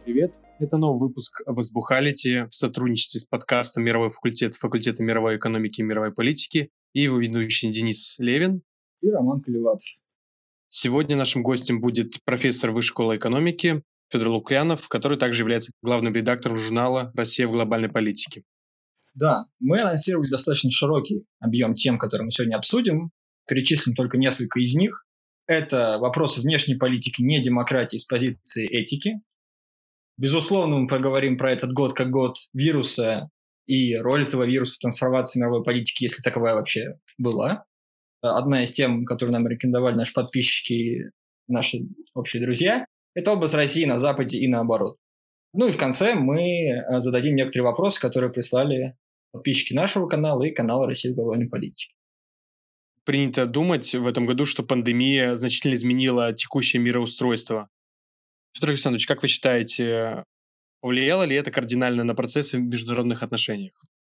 Привет! Это новый выпуск «Возбухалити» в сотрудничестве с подкастом «Мировой факультет» факультета мировой экономики и мировой политики и его ведущий Денис Левин и Роман Колеватов. Сегодня нашим гостем будет профессор Высшей школы экономики Федор Лукьянов, который также является главным редактором журнала «Россия в глобальной политике». Да, мы анонсировали достаточно широкий объем тем, которые мы сегодня обсудим. Перечислим только несколько из них. Это вопросы внешней политики, не демократии с позиции этики. Безусловно, мы поговорим про этот год как год вируса и роль этого вируса в трансформации мировой политики, если таковая вообще была. Одна из тем, которую нам рекомендовали наши подписчики и наши общие друзья, это образ России на Западе и наоборот. Ну и в конце мы зададим некоторые вопросы, которые прислали подписчики нашего канала и канала «Россия в глобальной политике». Принято думать в этом году, что пандемия значительно изменила текущее мироустройство. Федор Александрович, как вы считаете, повлияло ли это кардинально на процессы в международных отношениях?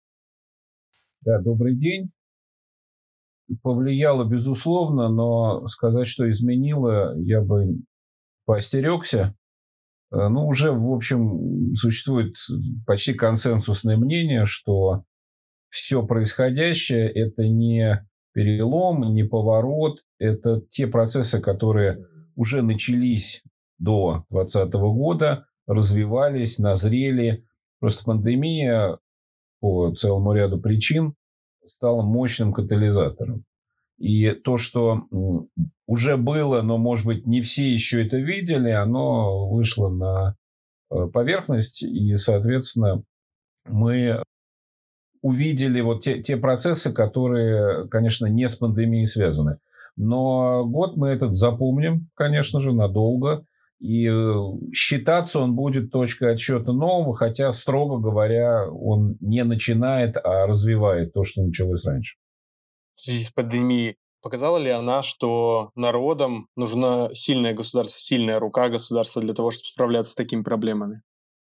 Да, добрый день. Повлияло, безусловно, но сказать, что изменило, я бы поостерегся. Уже, в общем, существует почти консенсусное мнение, что все происходящее – это не перелом, не поворот, это те процессы, которые уже начались до 2020 года, развивались, назрели. Просто пандемия по целому ряду причин стала мощным катализатором. И то, что уже было, но, может быть, не все еще это видели, оно вышло на поверхность. И, соответственно, мы увидели вот те процессы, которые, конечно, не с пандемией связаны. Но год мы этот запомним, конечно же, надолго. И считаться он будет точкой отсчета нового, хотя, строго говоря, он не начинает, а развивает то, что началось раньше. В связи с пандемией показала ли она, что народам нужна сильное государство, сильная рука государства для того, чтобы справляться с такими проблемами?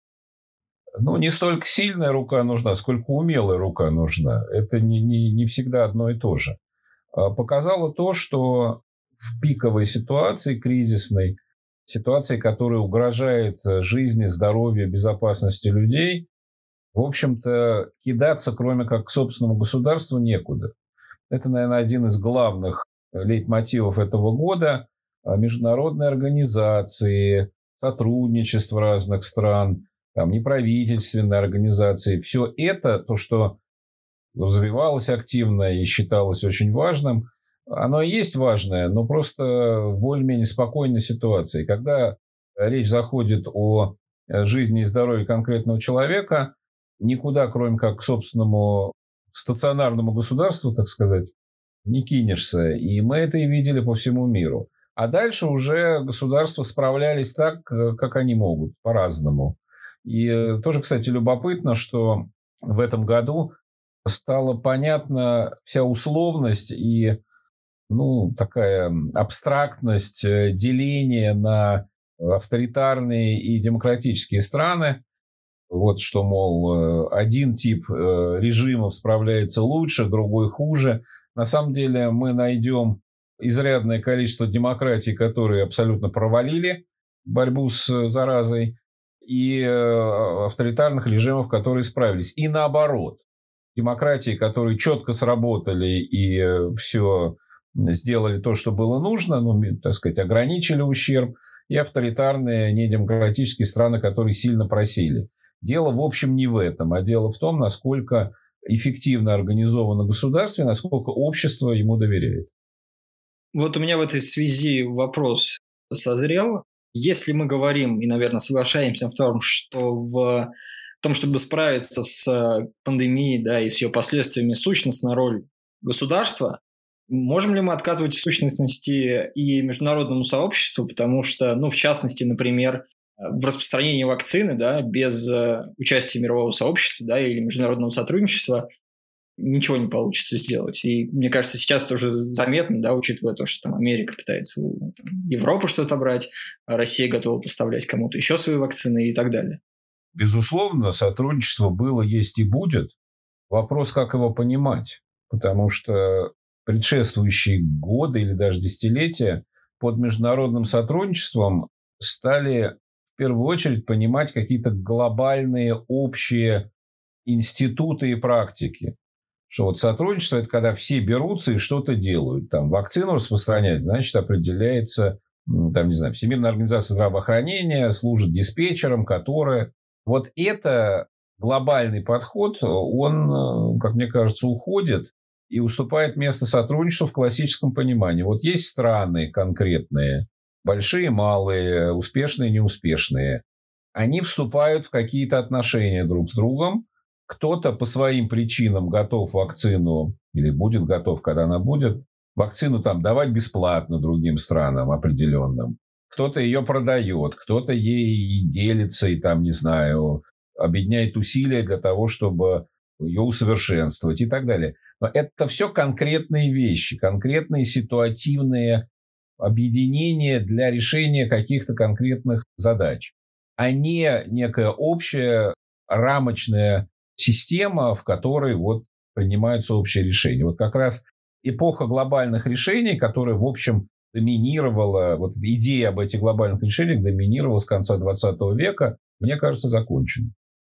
Не столько сильная рука нужна, сколько умелая рука нужна. Это не всегда одно и то же. Показало то, что в пиковой ситуации, кризисной, ситуации, которая угрожает жизни, здоровью, безопасности людей, в общем-то, кидаться, кроме как к собственному государству, некуда. Это, наверное, один из главных лейтмотивов этого года. Международные организации, сотрудничество разных стран, неправительственные организации. Все это, то, что развивалось активно и считалось очень важным, оно и есть важное, но просто в более-менее спокойной ситуации. Когда речь заходит о жизни и здоровье конкретного человека, никуда, кроме как к собственному стационарному государству, так сказать, не кинешься. И мы это и видели по всему миру. А дальше уже государства справлялись так, как они могут, по-разному. И тоже, кстати, любопытно, что в этом году стала понятна вся условность и такая абстрактность деления на авторитарные и демократические страны. Вот что, мол, один тип режимов справляется лучше, другой хуже. На самом деле мы найдем изрядное количество демократий, которые абсолютно провалили борьбу с заразой, и авторитарных режимов, которые справились. И наоборот, демократии, которые четко сработали и все сделали то, что было нужно, ограничили ущерб, и авторитарные недемократические страны, которые сильно просели. Дело, в общем, не в этом, а дело в том, насколько эффективно организовано государство, и насколько общество ему доверяет. Вот у меня в этой связи вопрос созрел. Если мы говорим и, наверное, соглашаемся в том, что в том, чтобы справиться с пандемией, и с ее последствиями, сущностная роль государства, можем ли мы отказывать в сущностности и международному сообществу, потому что, в частности, например, в распространении вакцины, без участия мирового сообщества, или международного сотрудничества ничего не получится сделать. И мне кажется, сейчас это уже заметно, учитывая то, что Америка пытается Европу что-то брать, а Россия готова поставлять кому-то еще свои вакцины и так далее. Безусловно, сотрудничество было, есть и будет. Вопрос, как его понимать. Потому что предшествующие годы или даже десятилетия под международным сотрудничеством стали в первую очередь понимать какие-то глобальные общие институты и практики. Что вот сотрудничество – это когда все берутся и что-то делают. Там вакцину распространяют, значит, определяется, там, не знаю, Всемирная организация здравоохранения служит диспетчером, которая… Вот это глобальный подход, он, как мне кажется, уходит и уступает место сотрудничеству в классическом понимании. Вот есть страны конкретные, большие, малые, успешные, неуспешные. Они вступают в какие-то отношения друг с другом. Кто-то по своим причинам готов вакцину, или будет готов, когда она будет, вакцину там давать бесплатно другим странам определенным. Кто-то ее продает, кто-то ей делится и там, не знаю, объединяет усилия для того, чтобы ее усовершенствовать и так далее. Но это все конкретные вещи, конкретные ситуативные объединения для решения каких-то конкретных задач, а не некая общая рамочная система, в которой вот принимаются общие решения. Вот как раз эпоха глобальных решений, которая, в общем, доминировала, вот идея об этих глобальных решениях доминировала с конца 20 века, мне кажется, закончена.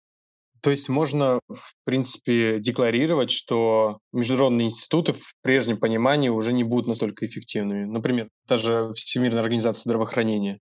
То есть можно, в принципе, декларировать, что международные институты в прежнем понимании уже не будут настолько эффективными. Например, даже Всемирная организация здравоохранения.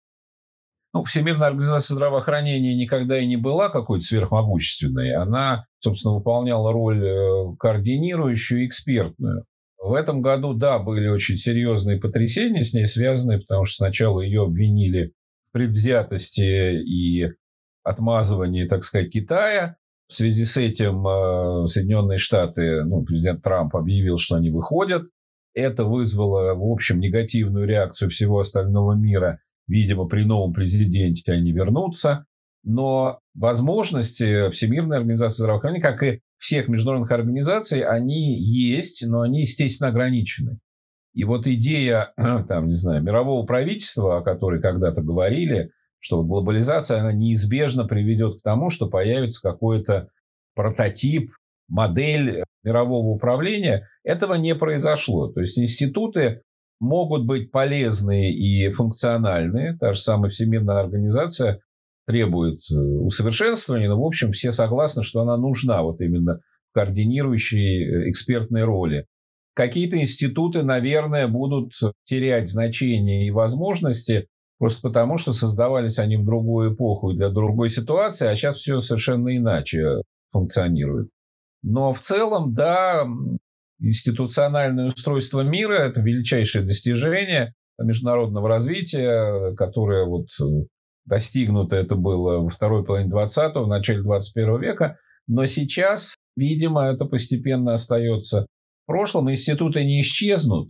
Ну, Всемирная организация здравоохранения никогда и не была какой-то сверхмогущественной. Она, собственно, выполняла роль координирующую и экспертную. В этом году, да, были очень серьезные потрясения с ней связанные, потому что сначала ее обвинили в предвзятости и отмазывании, так сказать, Китая. В связи с этим Соединенные Штаты, президент Трамп объявил, что они выходят. Это вызвало, в общем, негативную реакцию всего остального мира. Видимо, при новом президенте они вернутся. Но возможности Всемирной организации здравоохранения, как и всех международных организаций, они есть, но они, естественно, ограничены. И вот идея, там, не знаю, мирового правительства, о которой когда-то говорили, что глобализация, она неизбежно приведет к тому, что появится какой-то прототип, модель мирового управления, этого не произошло. То есть институты могут быть полезные и функциональные. Та же самая Всемирная организация требует усовершенствования, но, в общем, все согласны, что она нужна вот именно в координирующей экспертной роли. Какие-то институты, наверное, будут терять значение и возможности просто потому, что создавались они в другую эпоху и для другой ситуации, а сейчас все совершенно иначе функционирует. Но в целом, да, институциональное устройство мира – это величайшее достижение международного развития, которое вот достигнуто это было во второй половине 20-го, в начале 21 века. Но сейчас, видимо, это постепенно остается в прошлом. Институты не исчезнут,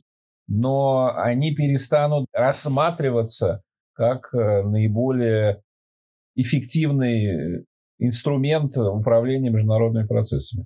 но они перестанут рассматриваться как наиболее эффективный инструмент управления международными процессами.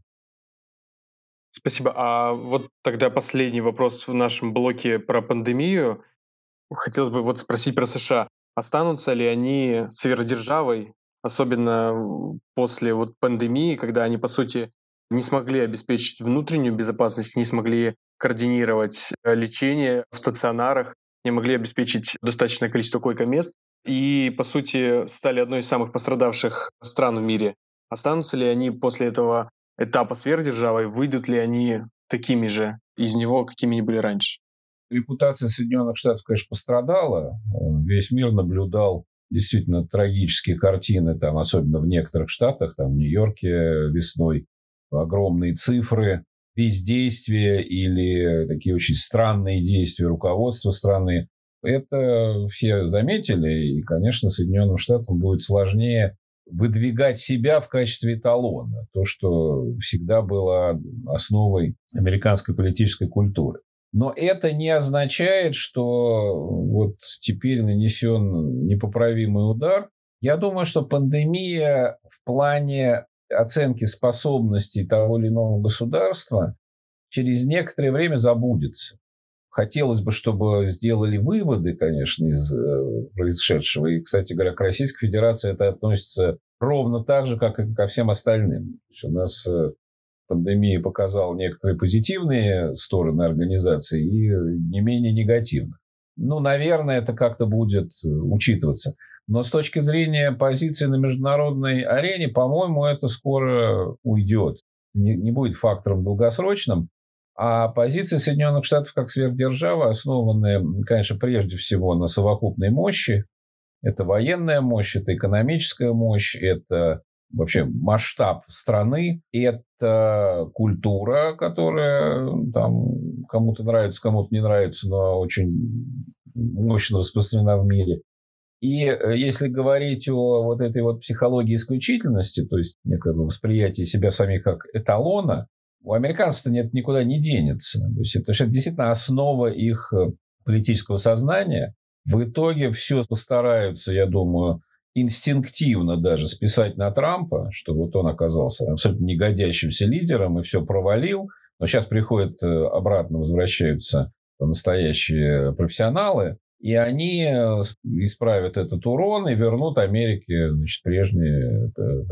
Спасибо. А вот тогда последний вопрос в нашем блоке про пандемию. Хотелось бы вот спросить про США. Останутся ли они сверхдержавой, особенно после вот пандемии, когда они, по сути, не смогли обеспечить внутреннюю безопасность, не смогли координировать лечение в стационарах, не могли обеспечить достаточное количество койко-мест и, по сути, стали одной из самых пострадавших стран в мире. Останутся ли они после этого этапа сверхдержавой, выйдут ли они такими же из него, какими они были раньше? Репутация Соединенных Штатов, конечно, пострадала. Весь мир наблюдал действительно трагические картины, там, особенно в некоторых штатах, там, в Нью-Йорке весной, огромные цифры бездействия или такие очень странные действия руководства страны. Это все заметили, и, конечно, Соединенным Штатам будет сложнее выдвигать себя в качестве эталона, то, что всегда было основой американской политической культуры. Но это не означает, что вот теперь нанесен непоправимый удар. Я думаю, что пандемия в плане оценки способностей того или иного государства через некоторое время забудется. Хотелось бы, чтобы сделали выводы, конечно, из происшедшего. И, кстати говоря, к Российской Федерации это относится ровно так же, как и ко всем остальным. То есть у нас пандемия показала некоторые позитивные стороны организации и не менее негативных. Наверное, это как-то будет учитываться. Но с точки зрения позиции на международной арене, по-моему, это скоро уйдет. Не будет фактором долгосрочным. А позиции Соединенных Штатов как сверхдержавы основаны, конечно, прежде всего на совокупной мощи. Это военная мощь, это экономическая мощь, это вообще масштаб страны, это культура, которая там кому-то нравится, кому-то не нравится, но очень мощно распространена в мире. И если говорить о вот этой вот психологии исключительности, то есть некого восприятия себя самих как эталона, у американцев-то это никуда не денется. То есть это действительно основа их политического сознания. В итоге все постараются, я думаю, инстинктивно даже списать на Трампа, что вот он оказался абсолютно негодящимся лидером и все провалил. Но сейчас приходят обратно, возвращаются настоящие профессионалы, и они исправят этот урон и вернут Америке, значит, прежнее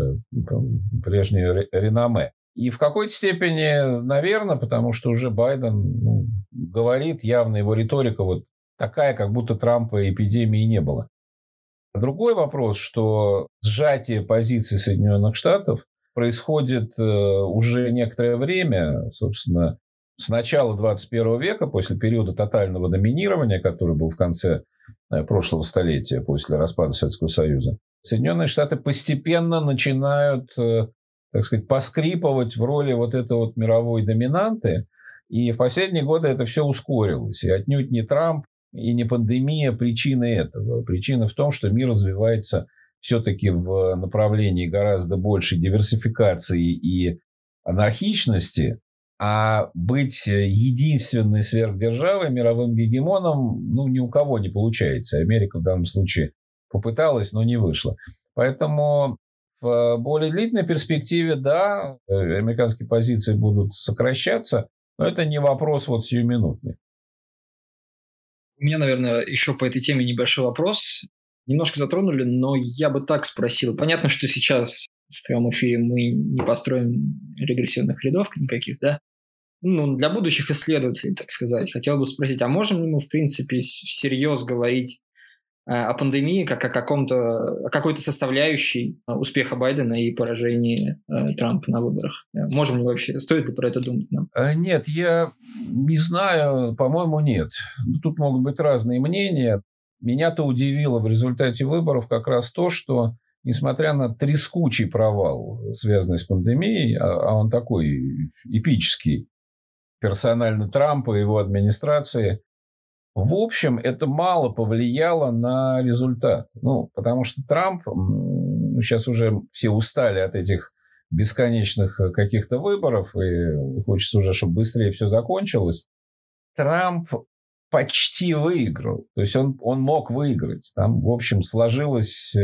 реноме. И в какой-то степени, наверное, потому что уже Байден говорит, явно его риторика вот такая, как будто Трампа эпидемии не было. Другой вопрос, что сжатие позиций Соединенных Штатов происходит уже некоторое время, собственно, с начала 21 века, после периода тотального доминирования, который был в конце прошлого столетия, после распада Советского Союза. Соединенные Штаты постепенно начинают, так сказать, поскрипывать в роли вот этой вот мировой доминанты. И в последние годы это все ускорилось. И отнюдь не Трамп и не пандемия причины этого. Причина в том, что мир развивается все-таки в направлении гораздо большей диверсификации и анархичности, а быть единственной сверхдержавой, мировым гегемоном, ни у кого не получается. Америка в данном случае попыталась, но не вышло. Поэтому в более длительной перспективе, да, американские позиции будут сокращаться, но это не вопрос вот сиюминутный. У меня, наверное, еще по этой теме небольшой вопрос. Немножко затронули, но я бы так спросил. Понятно, что сейчас в прямом эфире мы не построим регрессионных рядов никаких, да? Для будущих исследователей, так сказать. Хотел бы спросить, а можем ли мы, в принципе, всерьез говорить о пандемии как о какой-то составляющей успеха Байдена и поражении Трампа на выборах? Можем ли вообще, стоит ли про это думать нам? Нет, я не знаю, по-моему, нет. Тут могут быть разные мнения. Меня-то удивило в результате выборов как раз то, что, несмотря на трескучий провал, связанный с пандемией, а он такой эпический, персонально Трампа и его администрации, в общем, это мало повлияло на результат. Потому что Трамп, сейчас уже все устали от этих бесконечных каких-то выборов, и хочется уже, чтобы быстрее все закончилось. Трамп почти выиграл. То есть он мог выиграть. Там, в общем, сложилась,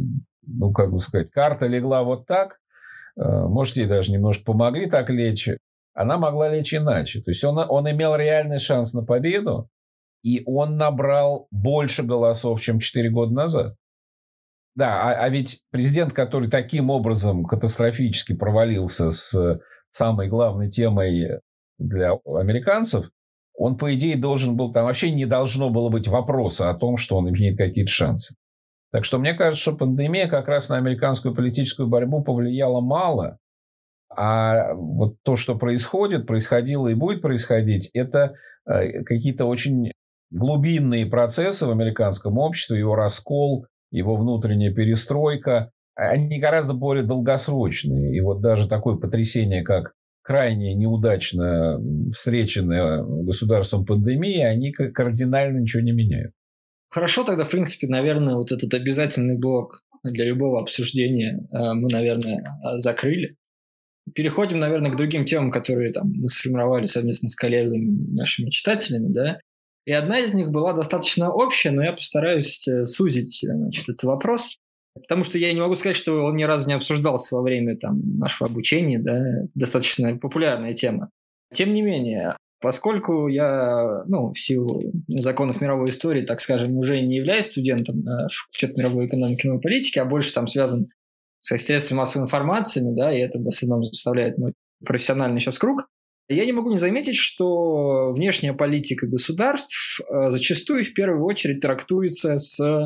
карта легла вот так. Может, ей даже немножко помогли так лечь. Она могла лечь иначе. То есть он имел реальный шанс на победу, и он набрал больше голосов, чем 4 года назад. Да, а ведь президент, который таким образом катастрофически провалился с самой главной темой для американцев, он, по идее, должен был... Там вообще не должно было быть вопроса о том, что он имеет какие-то шансы. Так что мне кажется, что пандемия как раз на американскую политическую борьбу повлияла мало. А вот то, что происходило и будет происходить, это какие-то очень глубинные процессы в американском обществе, его раскол, его внутренняя перестройка, они гораздо более долгосрочные. И вот даже такое потрясение, как крайне неудачно встреченная государством пандемия, они кардинально ничего не меняют. Хорошо, тогда, в принципе, наверное, вот этот обязательный блок для любого обсуждения мы, наверное, закрыли. Переходим, наверное, к другим темам, которые мы сформировали совместно с коллегами, нашими читателями, да. И одна из них была достаточно общая, но я постараюсь сузить, этот вопрос, потому что я не могу сказать, что он ни разу не обсуждался во время нашего обучения, да, достаточно популярная тема. Тем не менее, поскольку я, в силу законов мировой истории, так скажем, уже не являюсь студентом факультета мировой экономики и мировой политики, а больше связан со средствами массовой информации, да, и это в основном составляет мой профессиональный сейчас круг, я не могу не заметить, что внешняя политика государств зачастую в первую очередь трактуется с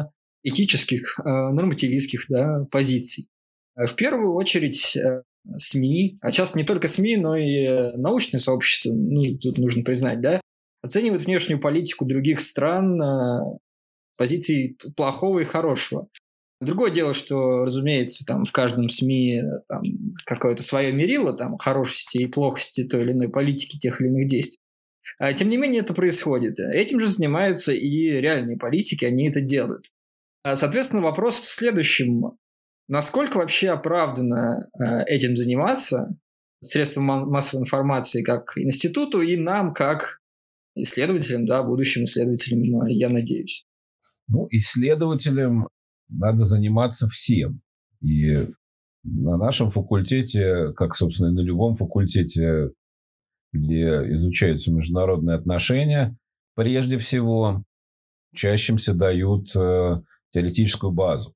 этических, нормативистских, да, позиций. В первую очередь СМИ, а часто не только СМИ, но и научное сообщество, тут нужно признать, да, оценивают внешнюю политику других стран с позиций плохого и хорошего. Другое дело, что, разумеется, там в каждом СМИ там, какое-то свое мерило там, хорошести и плохости той или иной политики, тех или иных действий. Тем не менее, это происходит. Этим же занимаются и реальные политики, они это делают. Соответственно, вопрос в следующем. Насколько вообще оправданно этим заниматься средством массовой информации как институту и нам, как исследователям, да, будущим исследователям, я надеюсь? Исследователям надо заниматься всем. И на нашем факультете, как, собственно, и на любом факультете, где изучаются международные отношения, прежде всего учащимся дают теоретическую базу.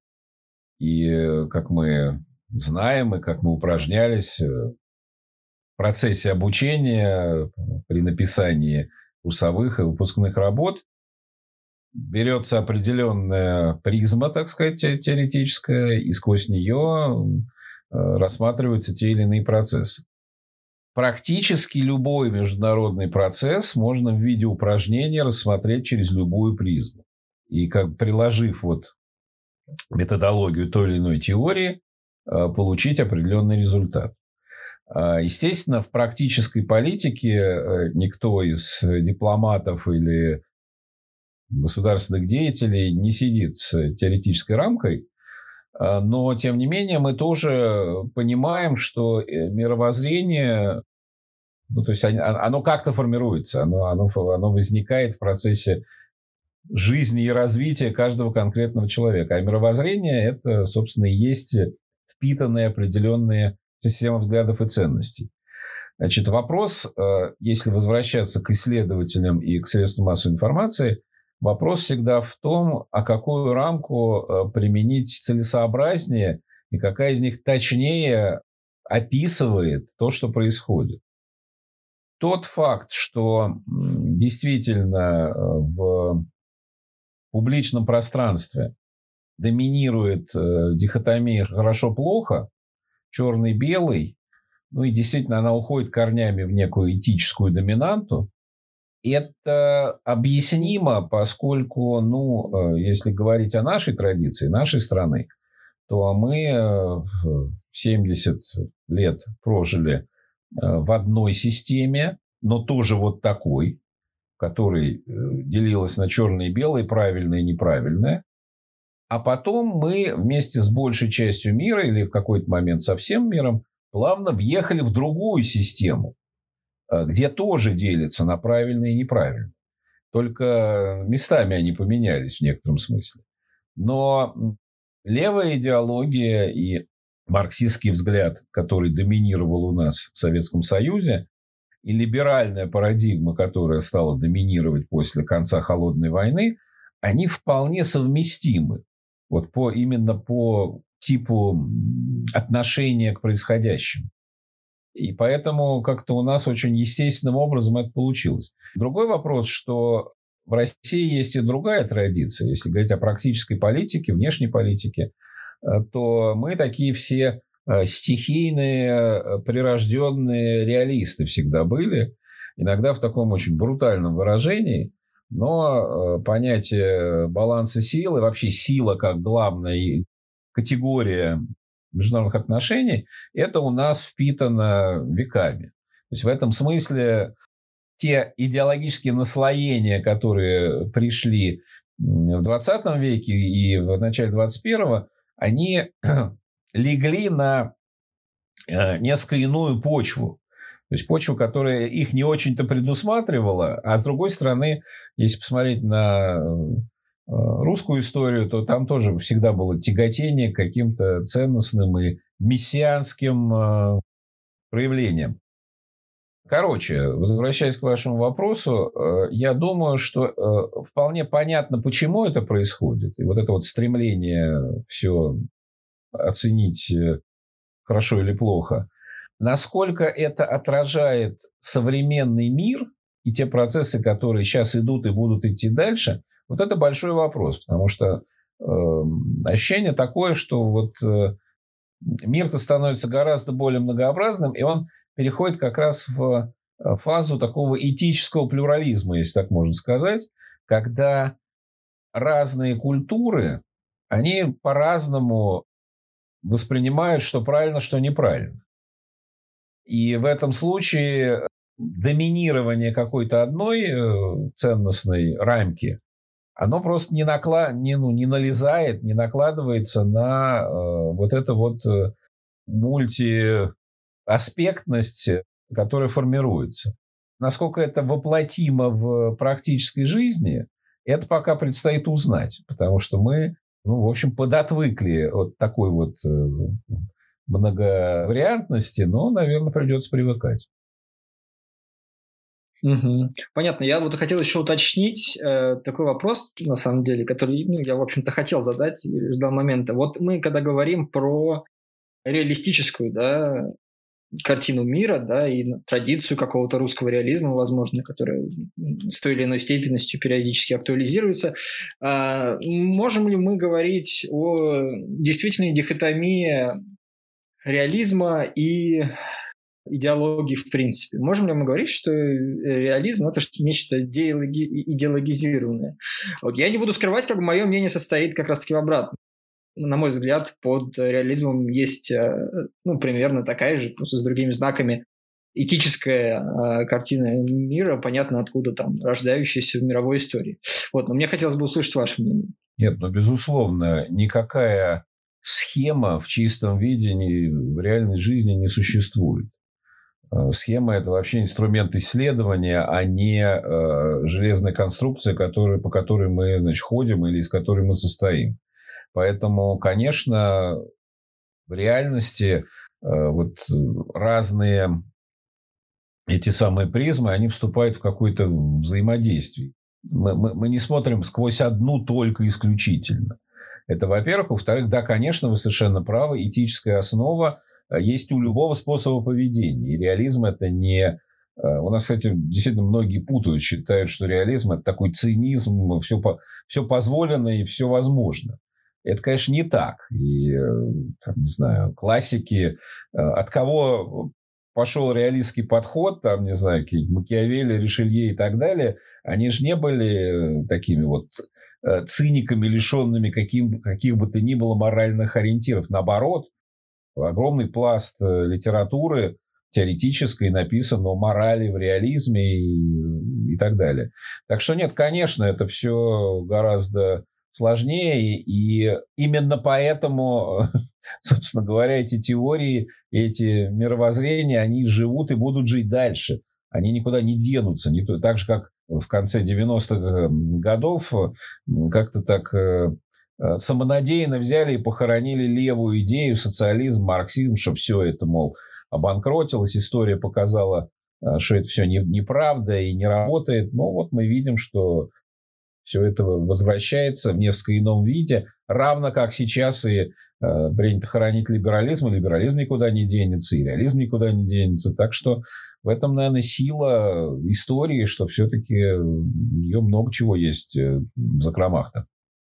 И как мы знаем, и как мы упражнялись в процессе обучения при написании курсовых и выпускных работ, берется определенная призма, так сказать, теоретическая, и сквозь нее рассматриваются те или иные процессы. Практически любой международный процесс можно в виде упражнения рассмотреть через любую призму. И как приложив методологию той или иной теории, получить определенный результат. Естественно, в практической политике никто из дипломатов или государственных деятелей не сидит с теоретической рамкой, но, тем не менее, мы тоже понимаем, что мировоззрение, то есть оно как-то формируется, оно возникает в процессе жизни и развития каждого конкретного человека. А мировоззрение – это, собственно, и есть впитанные определенные системы взглядов и ценностей. Значит, вопрос, если возвращаться к исследователям и к средствам массовой информации, вопрос всегда в том, а какую рамку применить целесообразнее и какая из них точнее описывает то, что происходит. Тот факт, что действительно в публичном пространстве доминирует дихотомия хорошо-плохо, черный-белый, и действительно она уходит корнями в некую этическую доминанту, это объяснимо, поскольку, если говорить о нашей традиции, нашей страны, то мы 70 лет прожили в одной системе, но тоже такой, которой делилась на черное и белое, правильное и неправильное. А потом мы вместе с большей частью мира, или в какой-то момент со всем миром, плавно въехали в другую систему, где тоже делится на правильное и неправильное. Только местами они поменялись в некотором смысле. Но левая идеология и марксистский взгляд, который доминировал у нас в Советском Союзе, и либеральная парадигма, которая стала доминировать после конца Холодной войны, они вполне совместимы. Именно по типу отношения к происходящему. И поэтому как-то у нас очень естественным образом это получилось. Другой вопрос, что в России есть и другая традиция. Если говорить о практической политике, внешней политике, то мы такие все стихийные, прирожденные реалисты всегда были. Иногда в таком очень брутальном выражении. Но понятие баланса сил и вообще сила как главная категория международных отношений, это у нас впитано веками. То есть в этом смысле те идеологические наслоения, которые пришли в 20 веке и в начале 21-го, они легли на несколько иную почву. То есть почву, которая их не очень-то предусматривала, а с другой стороны, если посмотреть на русскую историю, то там тоже всегда было тяготение к каким-то ценностным и мессианским проявлениям. Короче, возвращаясь к вашему вопросу, я думаю, что вполне понятно, почему это происходит. И это стремление все оценить хорошо или плохо. Насколько это отражает современный мир и те процессы, которые сейчас идут и будут идти дальше, это большой вопрос. Потому что ощущение такое, что вот мир-то становится гораздо более многообразным, и он переходит как раз в фазу такого этического плюрализма, если так можно сказать, когда разные культуры, они по-разному воспринимают, что правильно, что неправильно. И в этом случае доминирование какой-то одной ценностной рамки, оно просто не налезает, не накладывается на вот эту вот мультиаспектность, которая формируется. Насколько это воплотимо в практической жизни, это пока предстоит узнать, потому что мы, в общем, подотвыкли от такой вот многовариантности, но, наверное, придется привыкать. Угу. Понятно. Я вот хотел еще уточнить такой вопрос, на самом деле, который я, в общем-то, хотел задать и ждал момента. Вот мы, когда говорим про реалистическую, да, картину мира, да, и традицию какого-то русского реализма, возможно, которая с той или иной степенностью периодически актуализируется, можем ли мы говорить о действительной дихотомии реализма и идеологии в принципе? Можем ли мы говорить, что реализм – это нечто идеологизированное? Вот я не буду скрывать, как бы мое мнение состоит как раз-таки в обратном. На мой взгляд, под реализмом есть примерно такая же, просто с другими знаками, этическая картина мира, понятно, откуда там, рождающаяся в мировой истории. Вот, но мне хотелось бы услышать ваше мнение. Нет, безусловно, никакая схема в чистом виде в реальной жизни не существует. Схема – это вообще инструмент исследования, а не железная конструкция, по которой мы ходим или из которой мы состоим. Поэтому, конечно, в реальности вот разные эти самые призмы, они вступают в какое-то взаимодействие. Мы не смотрим сквозь одну только исключительно. Это, во-первых. Во-вторых, да, конечно, вы совершенно правы, этическая основа есть у любого способа поведения. И реализм – это не... У нас, кстати, действительно многие путают, считают, что реализм – это такой цинизм, все позволено и все возможно. Это, конечно, не так. И, не знаю, классики, от кого пошел реалистский подход, какие-нибудь Макиавелли, Ришелье и так далее, они же не были такими вот циниками, лишенными каких бы то ни было моральных ориентиров. Наоборот, огромный пласт литературы теоретической написан о морали в реализме и так далее. Так что нет, конечно, это все гораздо сложнее, и именно поэтому, собственно говоря, эти теории, эти мировоззрения, они живут и будут жить дальше. Они никуда не денутся. Так же, как в конце 90-х годов как-то так самонадеянно взяли и похоронили левую идею, социализм, марксизм, что все это, мол, обанкротилось, история показала, что это все неправда и не работает. Но вот мы видим, что все это возвращается в несколько ином виде, равно как сейчас и принято хоронить либерализм, и либерализм никуда не денется, и реализм никуда не денется. Так что в этом, наверное, сила истории, что все-таки у нее много чего есть в закромах-то.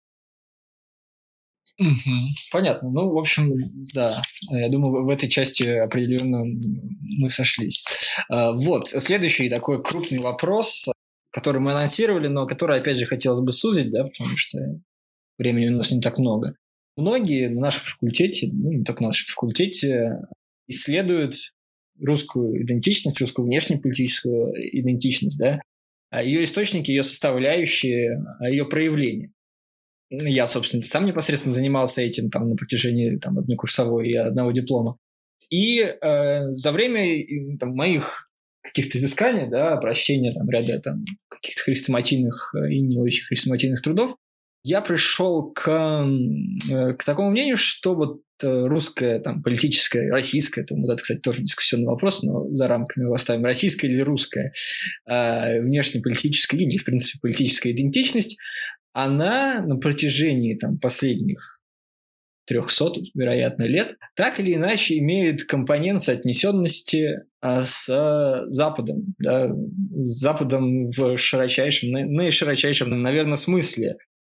Понятно. В общем, да, я думаю, в этой части определенно мы сошлись. Вот, следующий такой крупный вопрос, который мы анонсировали, но который, опять же, хотелось бы сузить, да, потому что времени у нас не так много. Многие на нашем факультете, не только на нашем факультете, исследуют русскую идентичность, русскую внешнеполитическую идентичность, да, ее источники, ее составляющие, ее проявления. Я, собственно, сам непосредственно занимался этим на протяжении одной курсовой и одного диплома. И за время моих каких-то изысканий, да, обращения ряда каких-то хрестоматийных и не очень хрестоматийных трудов, я пришел к такому мнению, что вот русская, политическая, российская, это, кстати, тоже дискуссионный вопрос, но за рамками его оставим, российская или русская внешнеполитическая или, в принципе, политическая идентичность, она на протяжении последних 300, вероятно, лет так или иначе имеет компонент соотнесенности с Западом, да, с Западом в наиширочайшем, наверное, смысле.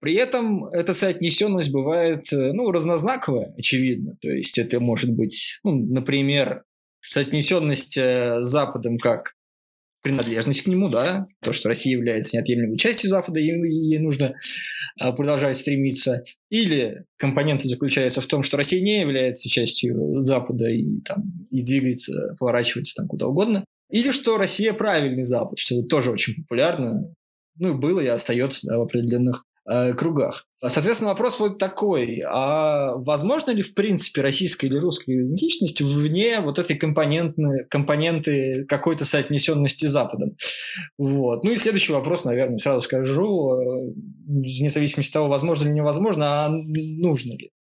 При этом эта соотнесенность бывает, разнознаковая, очевидно. То есть это может быть, например, соотнесенность с Западом как принадлежность к нему, да, то, что Россия является неотъемлемой частью Запада, и ей нужно продолжать стремиться. Или компоненты заключаются в том, что Россия не является частью Запада и двигается, поворачивается там куда угодно. Или что Россия правильный Запад, что тоже очень популярно, было и остается в определенных кругах. Соответственно, вопрос вот такой. А возможно ли, в принципе, российская или русская идентичность вне вот этой компоненты какой-то соотнесенности с Западом? Вот. И следующий вопрос, наверное, сразу скажу, вне зависимости от того, возможно или невозможно, а нужно ли?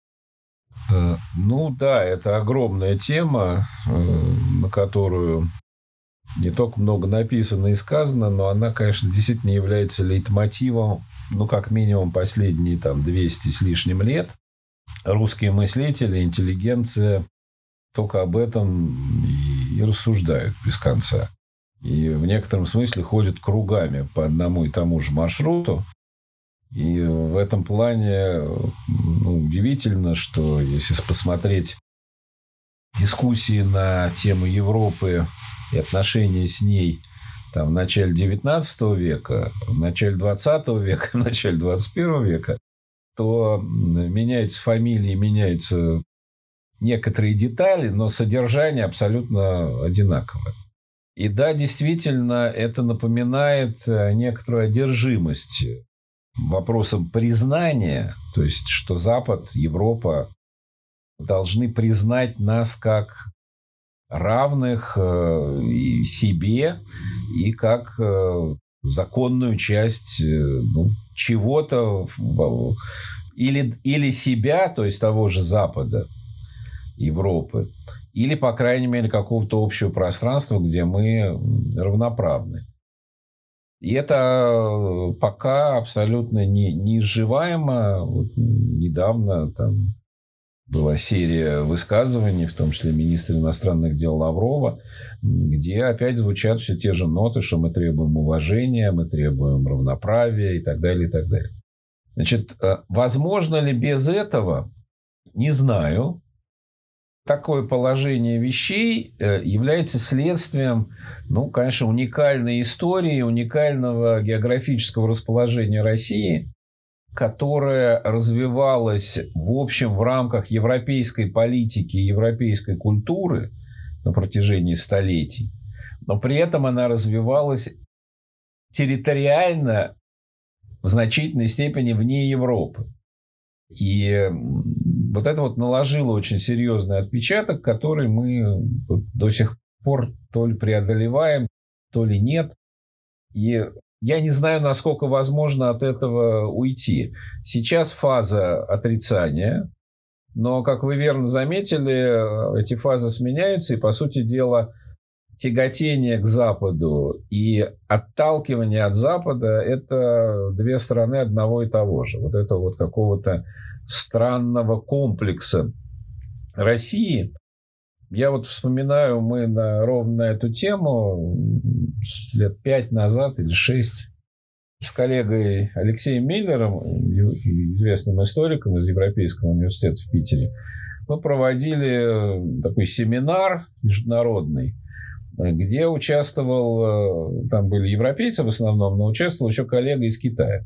Да, это огромная тема, на которую не только много написано и сказано, но она, конечно, действительно является лейтмотивом, как минимум последние 200 с лишним лет. Русские мыслители, интеллигенция только об этом и рассуждают без конца. И в некотором смысле ходят кругами по одному и тому же маршруту. И в этом плане удивительно, что если посмотреть дискуссии на тему Европы и отношения с ней в начале XIX века, в начале XX века, в начале XXI века, то меняются фамилии, меняются некоторые детали, но содержание абсолютно одинаковое. И да, действительно, это напоминает некоторую одержимость вопросом признания, то есть, что Запад, Европа должны признать нас как равных и себе, и как законную часть чего-то, или себя, то есть того же Запада, Европы, или, по крайней мере, какого-то общего пространства, где мы равноправны. И это пока абсолютно не изживаемо. Недавно была серия высказываний, в том числе министра иностранных дел Лаврова, где опять звучат все те же ноты, что мы требуем уважения, мы требуем равноправия и так далее, и так далее. Значит, возможно ли без этого? Не знаю. Такое положение вещей является следствием, конечно, уникальной истории, уникального географического расположения России, которая развивалась в общем в рамках европейской политики и европейской культуры на протяжении столетий, но при этом она развивалась территориально в значительной степени вне Европы. И вот это наложило очень серьезный отпечаток, который мы до сих пор то ли преодолеваем, то ли нет. И я не знаю, насколько возможно от этого уйти. Сейчас фаза отрицания, но, как вы верно заметили, эти фазы сменяются, и, по сути дела, тяготение к Западу и отталкивание от Запада – это две стороны одного и того же. Вот это какого-то странного комплекса России. Я вспоминаю, мы ровно на эту тему лет 5 назад или 6 с коллегой Алексеем Миллером, известным историком из Европейского университета в Питере, мы проводили такой семинар международный, где участвовал, там были европейцы в основном, но участвовал еще коллега из Китая.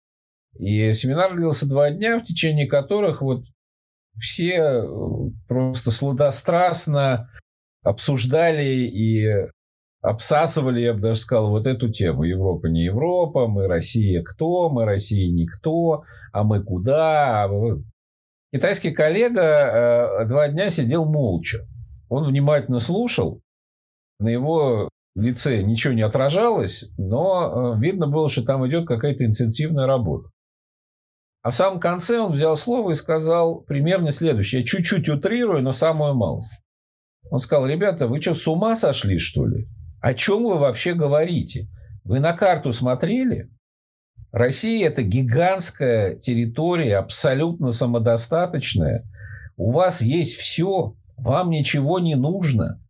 И семинар длился 2 дня, в течение которых все просто сладострастно обсуждали и обсасывали, я бы даже сказал, эту тему. Европа не Европа, мы Россия кто, мы Россия никто, а мы куда. Китайский коллега 2 дня сидел молча. Он внимательно слушал, на его лице ничего не отражалось, но видно было, что там идет какая-то интенсивная работа. А в самом конце он взял слово и сказал примерно следующее. Я чуть-чуть утрирую, но самую малость. Он сказал: ребята, вы что, с ума сошли, что ли? О чем вы вообще говорите? Вы на карту смотрели? Россия – это гигантская территория, абсолютно самодостаточная. У вас есть все, вам ничего не нужно.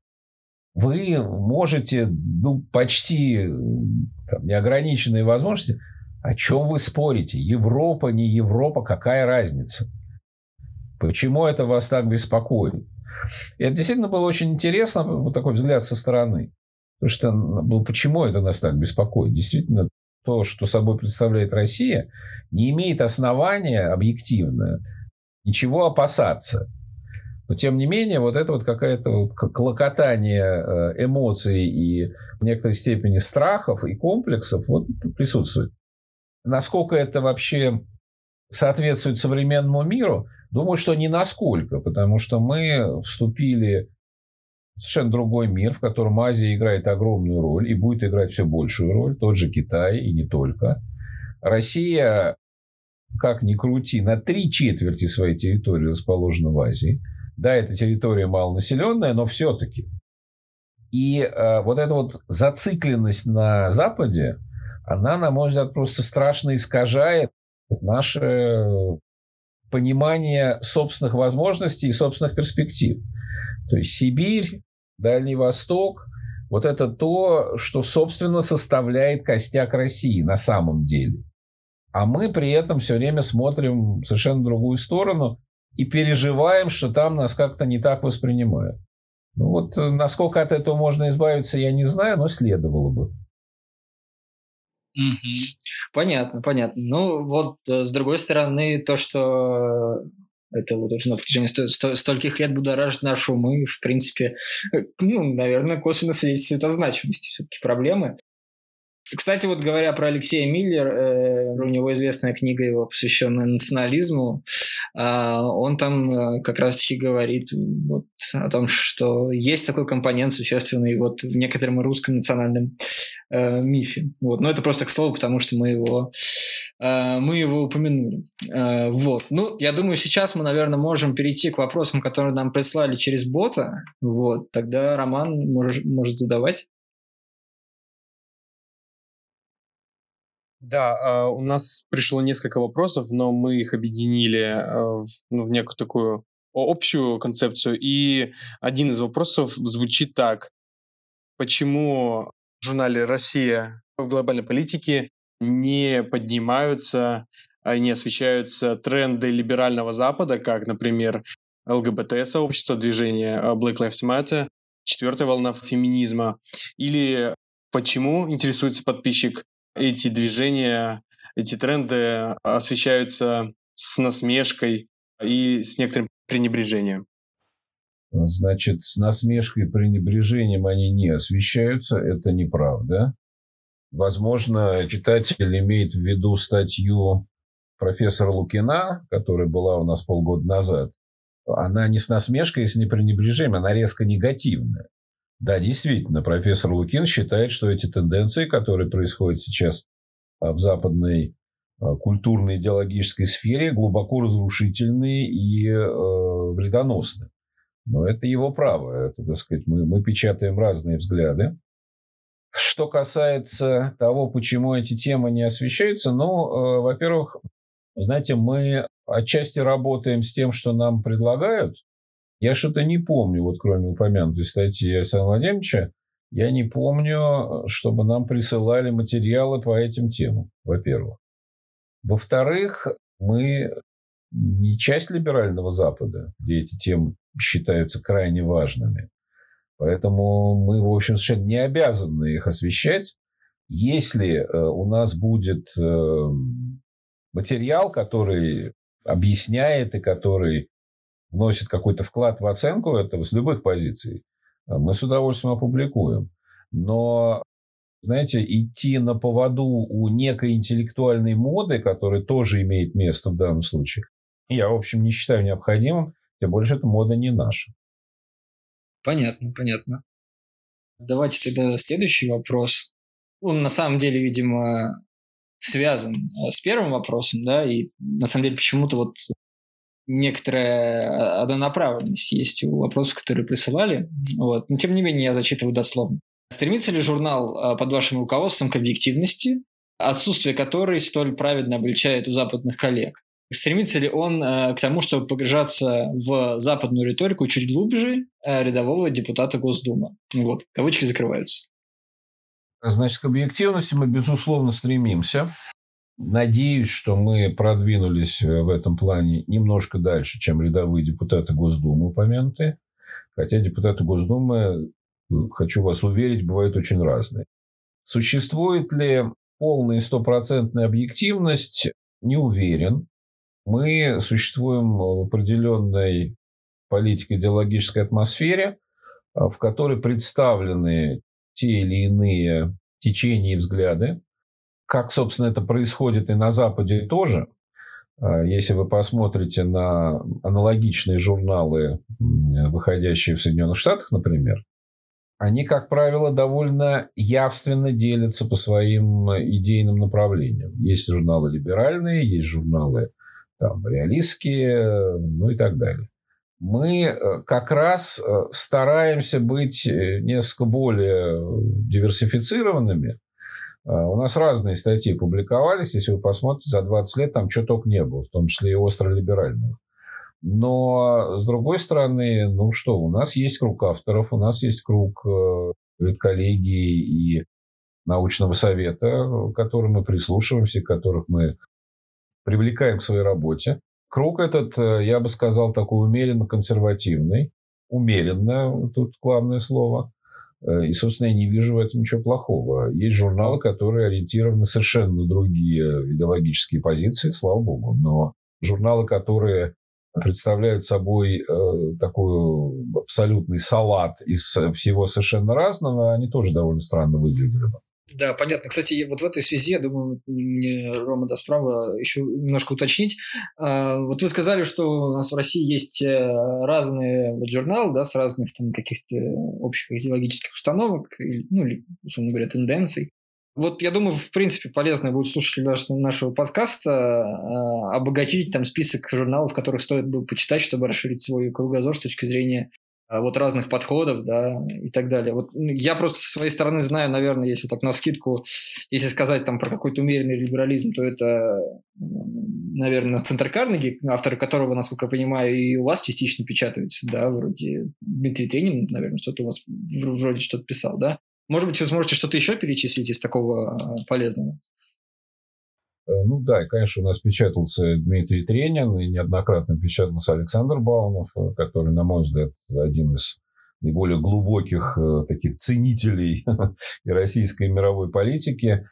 Вы можете, почти неограниченные возможности. О чем вы спорите? Европа, не Европа, какая разница? Почему это вас так беспокоит? И это действительно было очень интересно, вот такой взгляд со стороны. Потому что, почему это нас так беспокоит? Действительно, то, что собой представляет Россия, не имеет основания объективно ничего опасаться. Но, тем не менее, вот это вот какое-то вот клокотание эмоций и в некоторой степени страхов и комплексов вот присутствует. Насколько это вообще соответствует современному миру? Думаю, что не насколько, потому что мы вступили в совершенно другой мир, в котором Азия играет огромную роль и будет играть все большую роль, тот же Китай и не только. Россия, как ни крути, на 3/4 своей территории расположена в Азии. Да, эта территория малонаселенная, но все-таки. И вот эта вот зацикленность на Западе, она, на мой взгляд, просто страшно искажает наше понимание собственных возможностей и собственных перспектив. То есть Сибирь, Дальний Восток, вот это то, что, собственно, составляет костяк России на самом деле. А мы при этом все время смотрим в совершенно другую сторону и переживаем, что там нас как-то не так воспринимают. Ну вот насколько от этого можно избавиться, я не знаю, но следовало бы. Понятно. Ну вот с другой стороны, то, что это вот уже на протяжении стольких лет будоражит наши умы, в принципе, наверное, косвенно свидетельствует о значимости все-таки проблемы. Кстати, вот говоря про Алексея Миллера, у него известная книга его, посвященная национализму, он там как раз-таки говорит вот о том, что есть такой компонент существенный вот в некотором русском национальном мифе. Вот. Но это просто к слову, потому что мы его упомянули. Вот. Ну, я думаю, сейчас мы, наверное, можем перейти к вопросам, которые нам прислали через бота. Вот. Тогда Роман может задавать. Да, у нас пришло несколько вопросов, но мы их объединили в некую такую общую концепцию. И один из вопросов звучит так. Почему в журнале «Россия» в глобальной политике не поднимаются, не освещаются тренды либерального Запада, как, например, ЛГБТ-сообщество, движение Black Lives Matter, 4-я волна феминизма? Или почему, интересуется подписчик, эти движения, эти тренды освещаются с насмешкой и с некоторым пренебрежением? Значит, с насмешкой и пренебрежением они не освещаются. Это неправда. Возможно, читатель имеет в виду статью профессора Лукина, которая была у нас полгода назад. Она не с насмешкой, с пренебрежением, она резко негативная. Да, действительно, профессор Лукин считает, что эти тенденции, которые происходят сейчас в западной культурной идеологической сфере, глубоко разрушительны и вредоносны. Но это его право. Это, так сказать, мы печатаем разные взгляды. Что касается того, почему эти темы не освещаются, во-первых, знаете, мы отчасти работаем с тем, что нам предлагают. Я что-то не помню, вот кроме упомянутой статьи Александра Владимировича, я не помню, чтобы нам присылали материалы по этим темам, во-первых. Во-вторых, мы не часть либерального Запада, где эти темы считаются крайне важными. Поэтому мы, в общем, совершенно не обязаны их освещать. Если у нас будет материал, который объясняет и который вносит какой-то вклад в оценку этого с любых позиций, мы с удовольствием опубликуем. Но, знаете, идти на поводу у некой интеллектуальной моды, которая тоже имеет место в данном случае, я, в общем, не считаю необходимым, тем более, что эта мода не наша. Понятно. Давайте тогда следующий вопрос. Он на самом деле, видимо, связан с первым вопросом, да, и на самом деле почему-то вот некоторая однонаправленность есть у вопросов, которые присылали. Вот. Но, тем не менее, я зачитываю дословно. Стремится ли журнал под вашим руководством к объективности, отсутствие которой столь праведно обличает у западных коллег? Стремится ли он к тому, чтобы погружаться в западную риторику чуть глубже рядового депутата Госдумы? Вот, кавычки закрываются. Значит, к объективности мы, безусловно, стремимся. Надеюсь, что мы продвинулись в этом плане немножко дальше, чем рядовые депутаты Госдумы упомянутые. Хотя депутаты Госдумы, хочу вас уверить, бывают очень разные. Существует ли полная и стопроцентная объективность? Не уверен. Мы существуем в определенной политико-идеологической атмосфере, в которой представлены те или иные течения и взгляды. Как, собственно, это происходит и на Западе тоже. Если вы посмотрите на аналогичные журналы, выходящие в Соединенных Штатах, например, они, как правило, довольно явственно делятся по своим идейным направлениям. Есть журналы либеральные, есть журналы реалистские, ну и так далее. Мы как раз стараемся быть несколько более диверсифицированными. У нас разные статьи публиковались. Если вы посмотрите, за 20 лет там чего только не было, в том числе и остро-либерального. Но, с другой стороны, у нас есть круг авторов, у нас есть круг редколлегии и научного совета, к которым мы прислушиваемся, которых мы привлекаем к своей работе. Круг этот, я бы сказал, такой умеренно консервативный. Умеренно, тут главное слово. И, собственно, я не вижу в этом ничего плохого. Есть журналы, которые ориентированы совершенно на другие идеологические позиции, слава богу. Но журналы, которые представляют собой такой абсолютный салат из всего совершенно разного, они тоже довольно странно выглядели бы. Да, понятно. Кстати, вот в этой связи, я думаю, мне Рома даст право еще немножко уточнить. Вот вы сказали, что у нас в России есть разные журналы, да, с разных каких-то общих идеологических установок, или, условно говоря, тенденций. Вот я думаю, в принципе, полезно будет слушателям нашего подкаста обогатить список журналов, которых стоит бы почитать, чтобы расширить свой кругозор с точки зрения разных подходов, да, и так далее. Вот я просто со своей стороны знаю, наверное, если так навскидку, если сказать про какой-то умеренный либерализм, то это, наверное, Центр Карнеги, авторы которого, насколько я понимаю, и у вас частично печатаются, да, вроде Дмитрий Тренин, наверное, что-то у вас вроде что-то писал, да. Может быть, вы сможете что-то еще перечислить из такого полезного? Да, и, конечно, у нас печатался Дмитрий Тренин, и неоднократно печатался Александр Баунов, который, на мой взгляд, один из наиболее глубоких таких ценителей и российской, и мировой политики.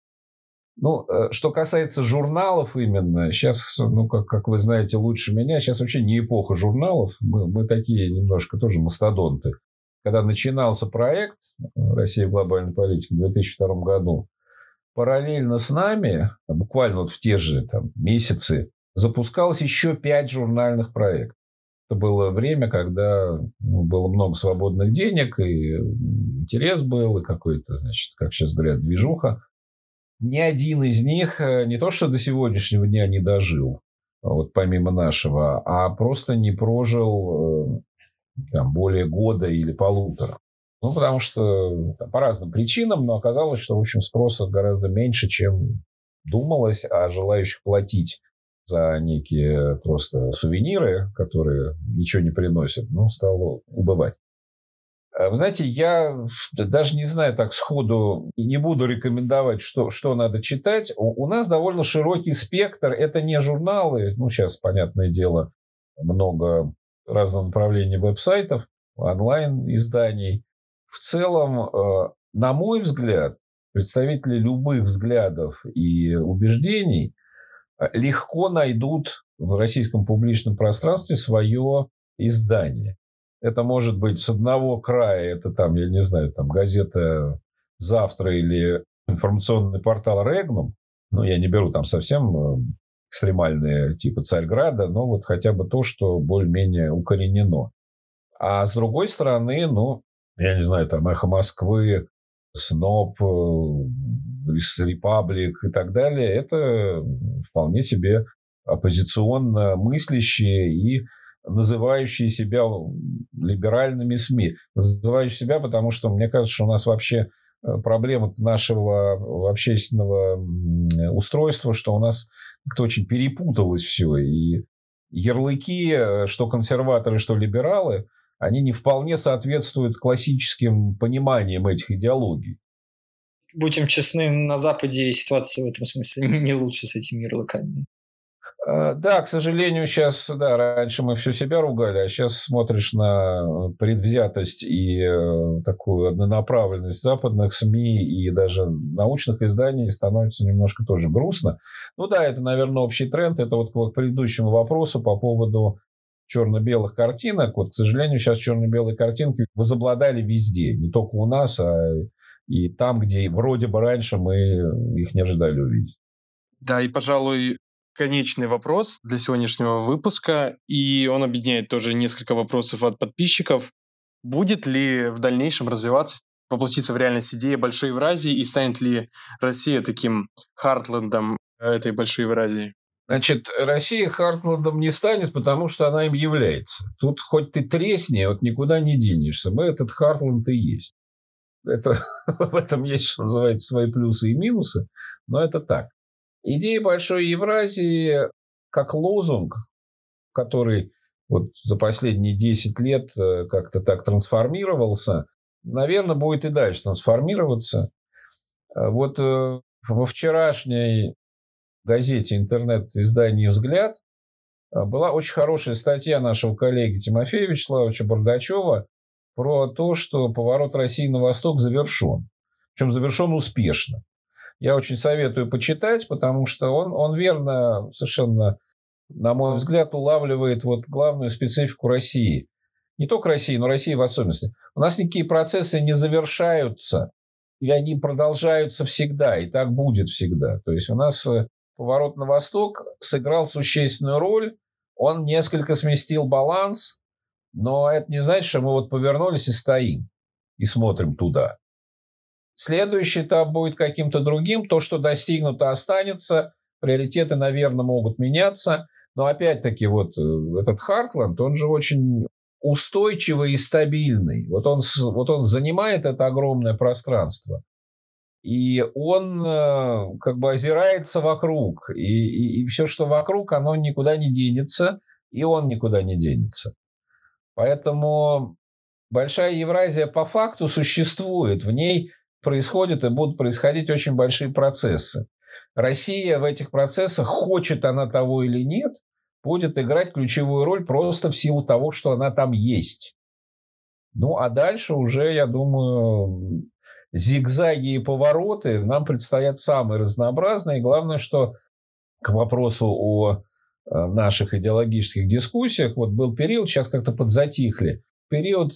Что касается журналов именно, сейчас, как вы знаете лучше меня, сейчас вообще не эпоха журналов, мы такие немножко тоже мастодонты. Когда начинался проект «Россия в глобальной политике» в 2002 году, параллельно с нами, буквально в те же месяцы, запускалось еще 5 журнальных проектов. Это было время, когда было много свободных денег, и интерес был, и какой-то, как сейчас говорят, движуха. Ни один из них не то, что до сегодняшнего дня не дожил, помимо нашего, а просто не прожил более года или полутора. Потому что по разным причинам, но оказалось, что, в общем, спроса гораздо меньше, чем думалось, а желающих платить за некие просто сувениры, которые ничего не приносят, стало убывать. Вы знаете, я даже не знаю так сходу, не буду рекомендовать, что надо читать. У нас довольно широкий спектр. Это не журналы. Сейчас, понятное дело, много разных направлений веб-сайтов, онлайн-изданий. В целом, на мой взгляд, представители любых взглядов и убеждений легко найдут в российском публичном пространстве свое издание. Это может быть с одного края, это я не знаю, газета «Завтра» или информационный портал «Регнум». Я не беру совсем экстремальные типа «Царьграда», но хотя бы то, что более-менее укоренено. А с другой стороны, я не знаю, «Эхо Москвы», «СНОП», «Репаблик» и так далее, это вполне себе оппозиционно мыслящие и называющие себя либеральными СМИ. Называющие себя, потому что мне кажется, что у нас вообще проблема нашего общественного устройства, что у нас как-то очень перепуталось все. И ярлыки, что консерваторы, что либералы, они не вполне соответствуют классическим пониманиям этих идеологий. будем честны, на Западе ситуация в этом смысле не лучше с этими ярлыками. Да, к сожалению, сейчас, да, раньше мы все себя ругали, а сейчас смотришь на предвзятость и такую однонаправленность западных СМИ и даже научных изданий, и становится немножко тоже грустно. Ну да, это, наверное, общий тренд. Это вот к предыдущему вопросу по поводу черно-белых картинок. Вот, к сожалению, сейчас черно-белые картинки возобладали везде. Не только у нас, а и там, где вроде бы раньше мы их не ожидали увидеть. Да, и, пожалуй, конечный вопрос для сегодняшнего выпуска, и он объединяет тоже несколько вопросов от подписчиков. Будет ли в дальнейшем развиваться, воплотиться в реальность идея Большой Евразии, и станет ли Россия таким хартлендом этой Большой Евразии? Значит, Россия хартлендом не станет, потому что она им является. Тут хоть ты тресни, вот никуда не денешься. Мы этот хартленд и есть. Это, в этом есть, что называется, свои плюсы и минусы, но это так. Идея Большой Евразии как лозунг, который вот за последние 10 лет как-то так трансформировался, наверное, будет и дальше трансформироваться. Вот во вчерашней газете интернет-издании «Взгляд» была очень хорошая статья нашего коллеги Тимофея Вячеславовича Бардачева про то, что поворот России на восток завершен. Причем завершен успешно. Я очень советую почитать, потому что он верно, совершенно, на мой взгляд, улавливает вот главную специфику России. Не только России, но России в особенности. У нас никакие процессы не завершаются, и они продолжаются всегда, и так будет всегда. То есть у нас поворот на восток сыграл существенную роль, он несколько сместил баланс, но это не значит, что мы вот повернулись и стоим, и смотрим туда. Следующий этап будет каким-то другим. То, что достигнуто, останется. Приоритеты, наверное, могут меняться. Но опять-таки вот этот Хартленд, он же очень устойчивый и стабильный. Вот он занимает это огромное пространство. И он как бы озирается вокруг. И все, что вокруг, оно никуда не денется. И он никуда не денется. Поэтому Большая Евразия по факту существует. В ней происходят и будут происходить очень большие процессы. Россия в этих процессах, хочет она того или нет, будет играть ключевую роль просто в силу того, что она там есть. Ну, а дальше уже, я думаю, зигзаги и повороты нам предстоят самые разнообразные. И главное, что к вопросу о наших идеологических дискуссиях, вот был период, сейчас как-то подзатихли, период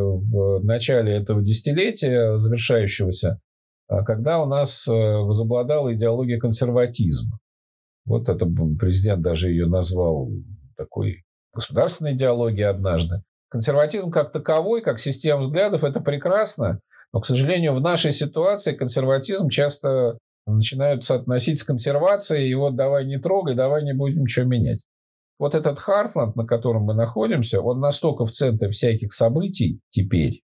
в начале этого десятилетия, завершающегося, когда у нас возобладала идеология консерватизма. Вот это президент даже ее назвал такой государственной идеологией однажды. Консерватизм как таковой, как система взглядов, это прекрасно, но, к сожалению, в нашей ситуации консерватизм часто начинают соотносить с консервацией, и вот давай не трогай, давай не будем ничего менять. Вот этот Хартленд, на котором мы находимся, он настолько в центре всяких событий теперь,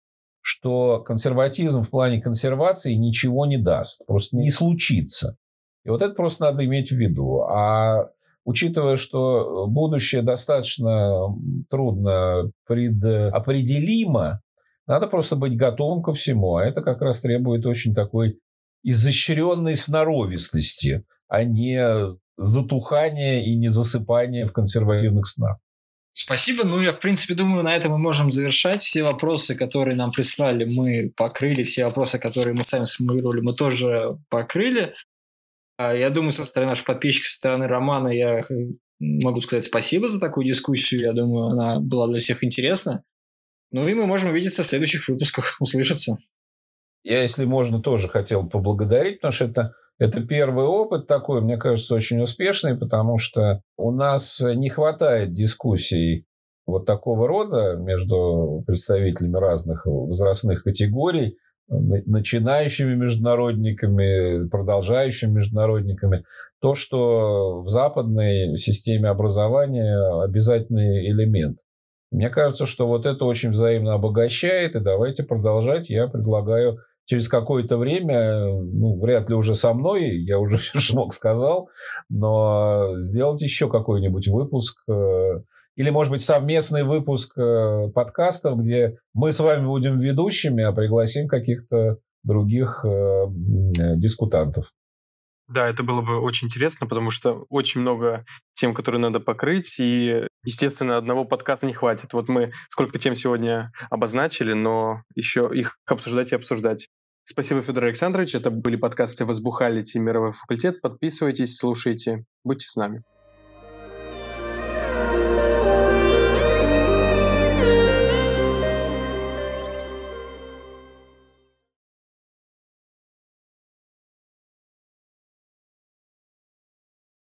что консерватизм в плане консервации ничего не даст, просто не случится. И вот это просто надо иметь в виду. А учитывая, что будущее достаточно трудно предопределимо, надо просто быть готовым ко всему. А это как раз требует очень такой изощренной сноровистости, а не затухания и не засыпания в консервативных снах. Спасибо. Ну, я, в принципе, думаю, на этом мы можем завершать. Все вопросы, которые нам прислали, мы покрыли. Все вопросы, которые мы сами сформулировали, мы тоже покрыли. Я думаю, со стороны наших подписчиков, со стороны Романа, я могу сказать спасибо за такую дискуссию. Я думаю, она была для всех интересна. Ну, и мы можем увидеться в следующих выпусках, услышаться. Я, если можно, тоже хотел поблагодарить, потому что это первый опыт такой, мне кажется, очень успешный, потому что у нас не хватает дискуссий вот такого рода между представителями разных возрастных категорий, начинающими международниками, продолжающими международниками. То, что в западной системе образования обязательный элемент. Мне кажется, что вот это очень взаимно обогащает, и давайте продолжать. Я предлагаю через какое-то время, ну, вряд ли уже со мной, я уже все, что мог, сказал, но сделать еще какой-нибудь выпуск, или, может быть, совместный выпуск подкастов, где мы с вами будем ведущими, а пригласим каких-то других дискутантов. Да, это было бы очень интересно, потому что очень много тем, которые надо покрыть, и, естественно, одного подкаста не хватит. Вот мы сколько тем сегодня обозначили, но еще их обсуждать и обсуждать. Спасибо, Федор Александрович. Это были подкасты «Возбухалити. Мировой факультет». Подписывайтесь, слушайте. Будьте с нами.